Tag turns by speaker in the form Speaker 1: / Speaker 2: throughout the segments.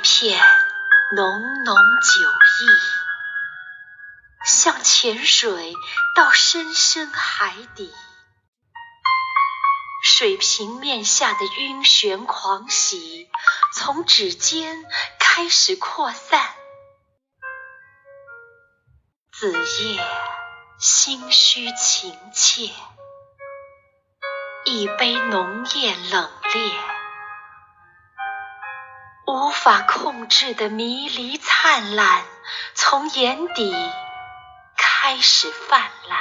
Speaker 1: 片浓浓酒意，像潜水到深深海底。水平面下的晕眩狂喜，从指尖开始扩散。子夜心虚情切，一杯浓艳冷冽，无法控制的迷离灿烂，从眼底开始泛滥。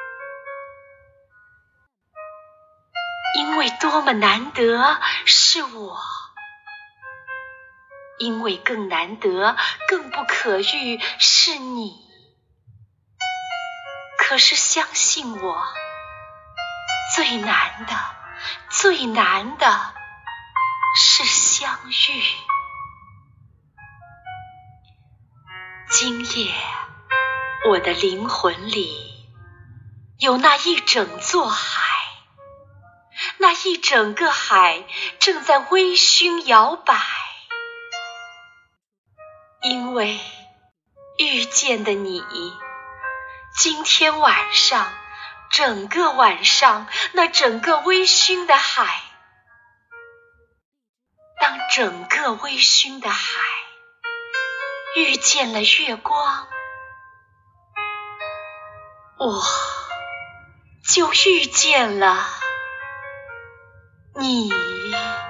Speaker 1: 因为多么难得是我，因为更难得更不可遇是你。可是相信我，最难的最难的是相遇。今夜我的灵魂里有那一整座海，那一整个海正在微醺摇摆。因为遇见的你，今天晚上整个晚上，那整个微醺的海，当整个微醺的海遇见了月光，我就遇见了你。